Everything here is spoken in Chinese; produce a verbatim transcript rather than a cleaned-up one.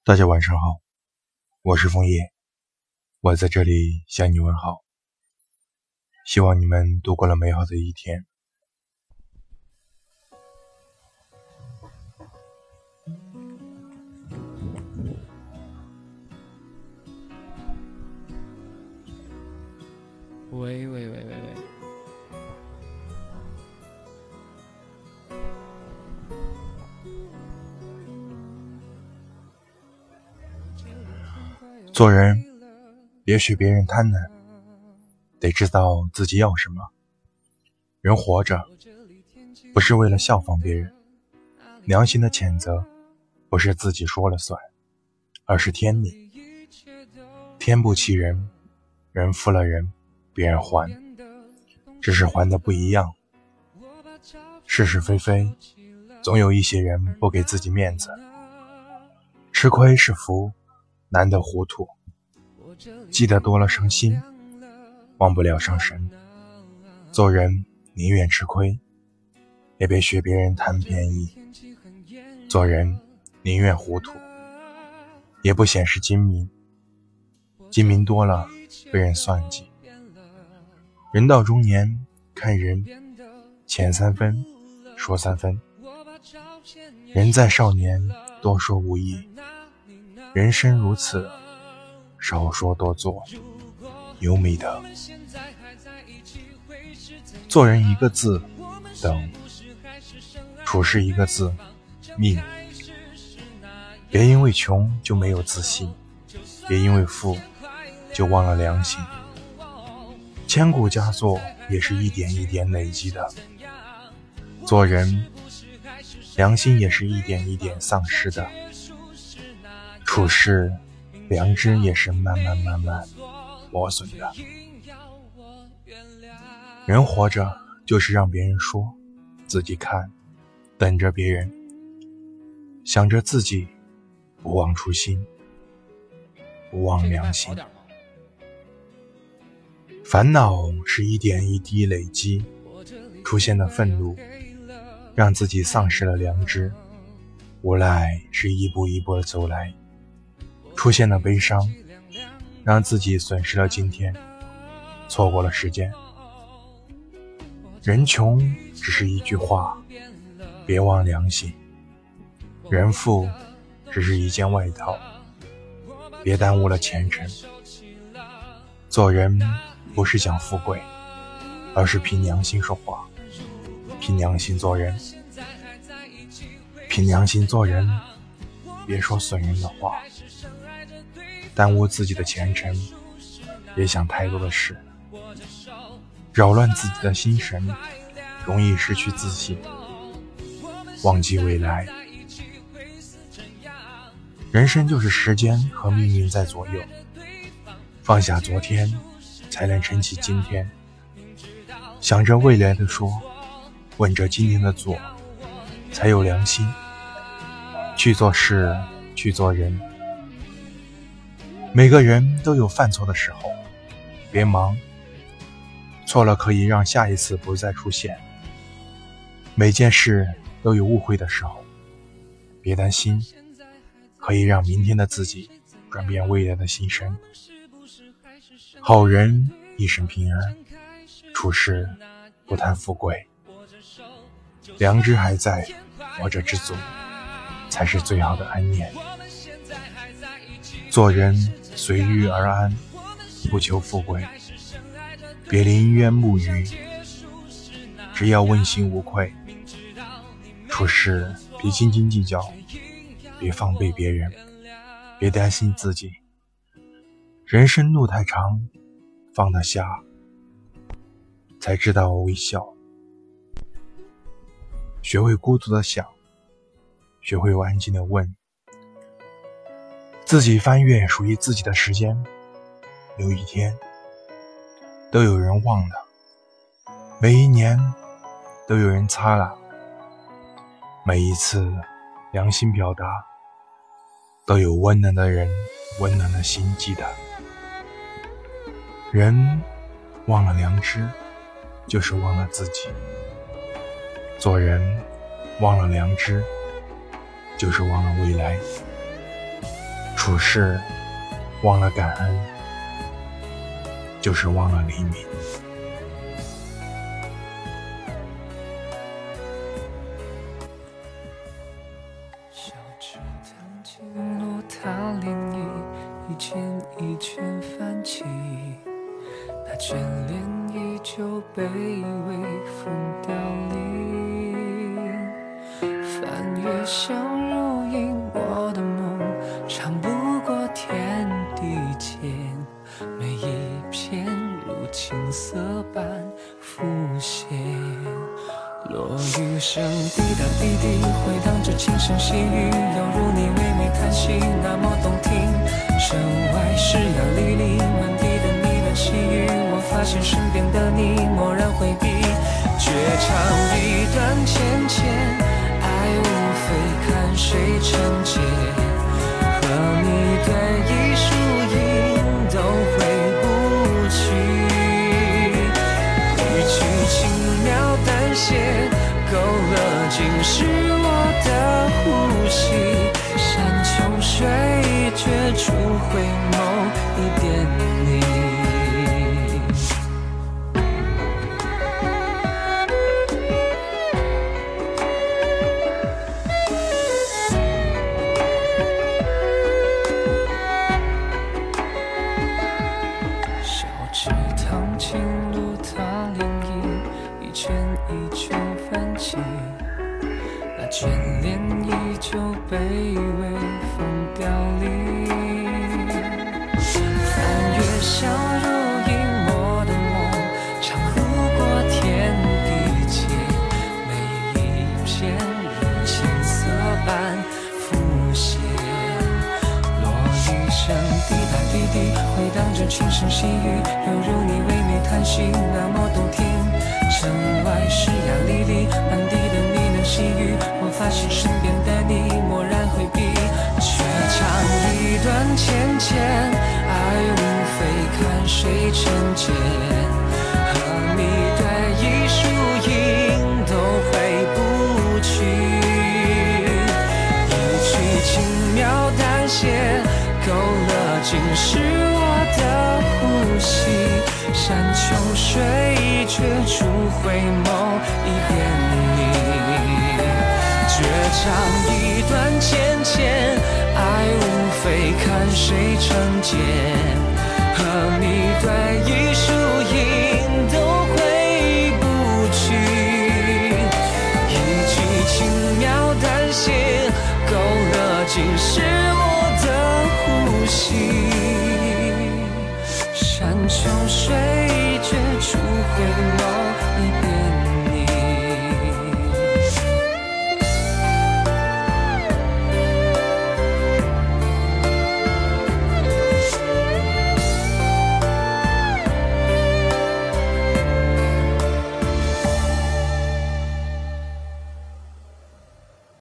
大家晚上好，我是枫叶，我在这里向你问好，希望你们度过了美好的一天。 喂喂喂喂喂， 做人别许别人贪婪，得知道自己要什么。人活着不是为了效仿别人，良心的谴责不是自己说了算，而是天理。天不欺人，人负了人，别人还，只是还的不一样。是是非非，总有一些人不给自己面子。吃亏是福，难得糊涂，记得多了伤心，忘不了伤神。做人宁愿吃亏，也别学别人贪便宜。做人宁愿糊涂，也不显示精明。精明多了被人算计。人到中年看人，钱三分说三分。人在少年多说无益，人生如此，少说多做有美德。做人一个字等，处事一个字命。别因为穷就没有自信，别因为富就忘了良心。千古佳作也是一点一点累积的，做人良心也是一点一点丧失的，处事良知也是慢慢慢慢磨损的。人活着就是让别人说，自己看，等着别人，想着自己，不忘初心，不忘良心。烦恼是一点一滴累积出现的愤怒，让自己丧失了良知。无奈是一步一步的走来，出现了悲伤，让自己损失了今天，错过了时间。人穷只是一句话，别忘良心。人富只是一件外套，别耽误了前程。做人不是讲富贵，而是凭良心说话，凭良心做人。凭良心做人，别说损人的话，耽误自己的前程，别想太多的事，扰乱自己的心神，容易失去自信，忘记未来。人生就是时间和命运在左右，放下昨天，才能撑起今天。想着未来的说，问着今天的做，才有良心。去做事，去做人。每个人都有犯错的时候，别忙，错了可以让下一次不再出现。每件事都有误会的时候，别担心，可以让明天的自己转变未来的心声。好人一生平安，处事不贪富贵，良知还在，活着知足才是最好的安眠。做人随遇而安，不求富贵，别临渊慕鱼，只要问心无愧。处事别斤斤计较，别防备别人，别担心自己。人生路太长，放得下，才知道微笑。学会孤独的想，学会安静的问，自己翻阅属于自己的时间。有一天都有人忘了，每一年都有人擦了，每一次良心表达，都有温暖的人，温暖的心记得。人忘了良知，就是忘了自己。做人忘了良知，就是忘了未来。 处事忘了感恩，就是忘了黎明。 小池塘倾落它涟漪，一圈一圈泛起，那眷恋依旧被微风凋零。翻越相如影，我的梦长不过天地间，每一片如青色般浮现。落雨声滴答滴滴，回荡着轻声细语，犹如你唯美叹息，那么动听。城外是要离离，满地的呢喃细语，我发现身边的你蓦然回避。绝唱一段浅浅，爱无非看谁成结，和你对一输赢都回不去。一句轻描淡写，勾勒尽是我的呼吸。山穷水绝处回眸一点你。小池塘倾落它涟漪，一圈一圈泛起，那眷恋依旧被微风凋零。翻越小如影，我的梦长路过天地间，每一片如青色般浮现。落雨声滴答滴滴，回荡着轻声细语，犹如你唯美叹息，那么动听。城外是呀离离，满地的呢喃细语，我发现身边的你蓦然回避。却唱一段浅浅，爱无非看谁成结，和你对一输赢都回不去。一句轻描淡写，勾勒尽是我的呼吸。山穷水绝处回眸一遍你。绝唱一段浅浅，爱无非看谁成结，和你对一输赢都回不去。一句轻描淡写，勾勒尽是我的呼吸。山穷水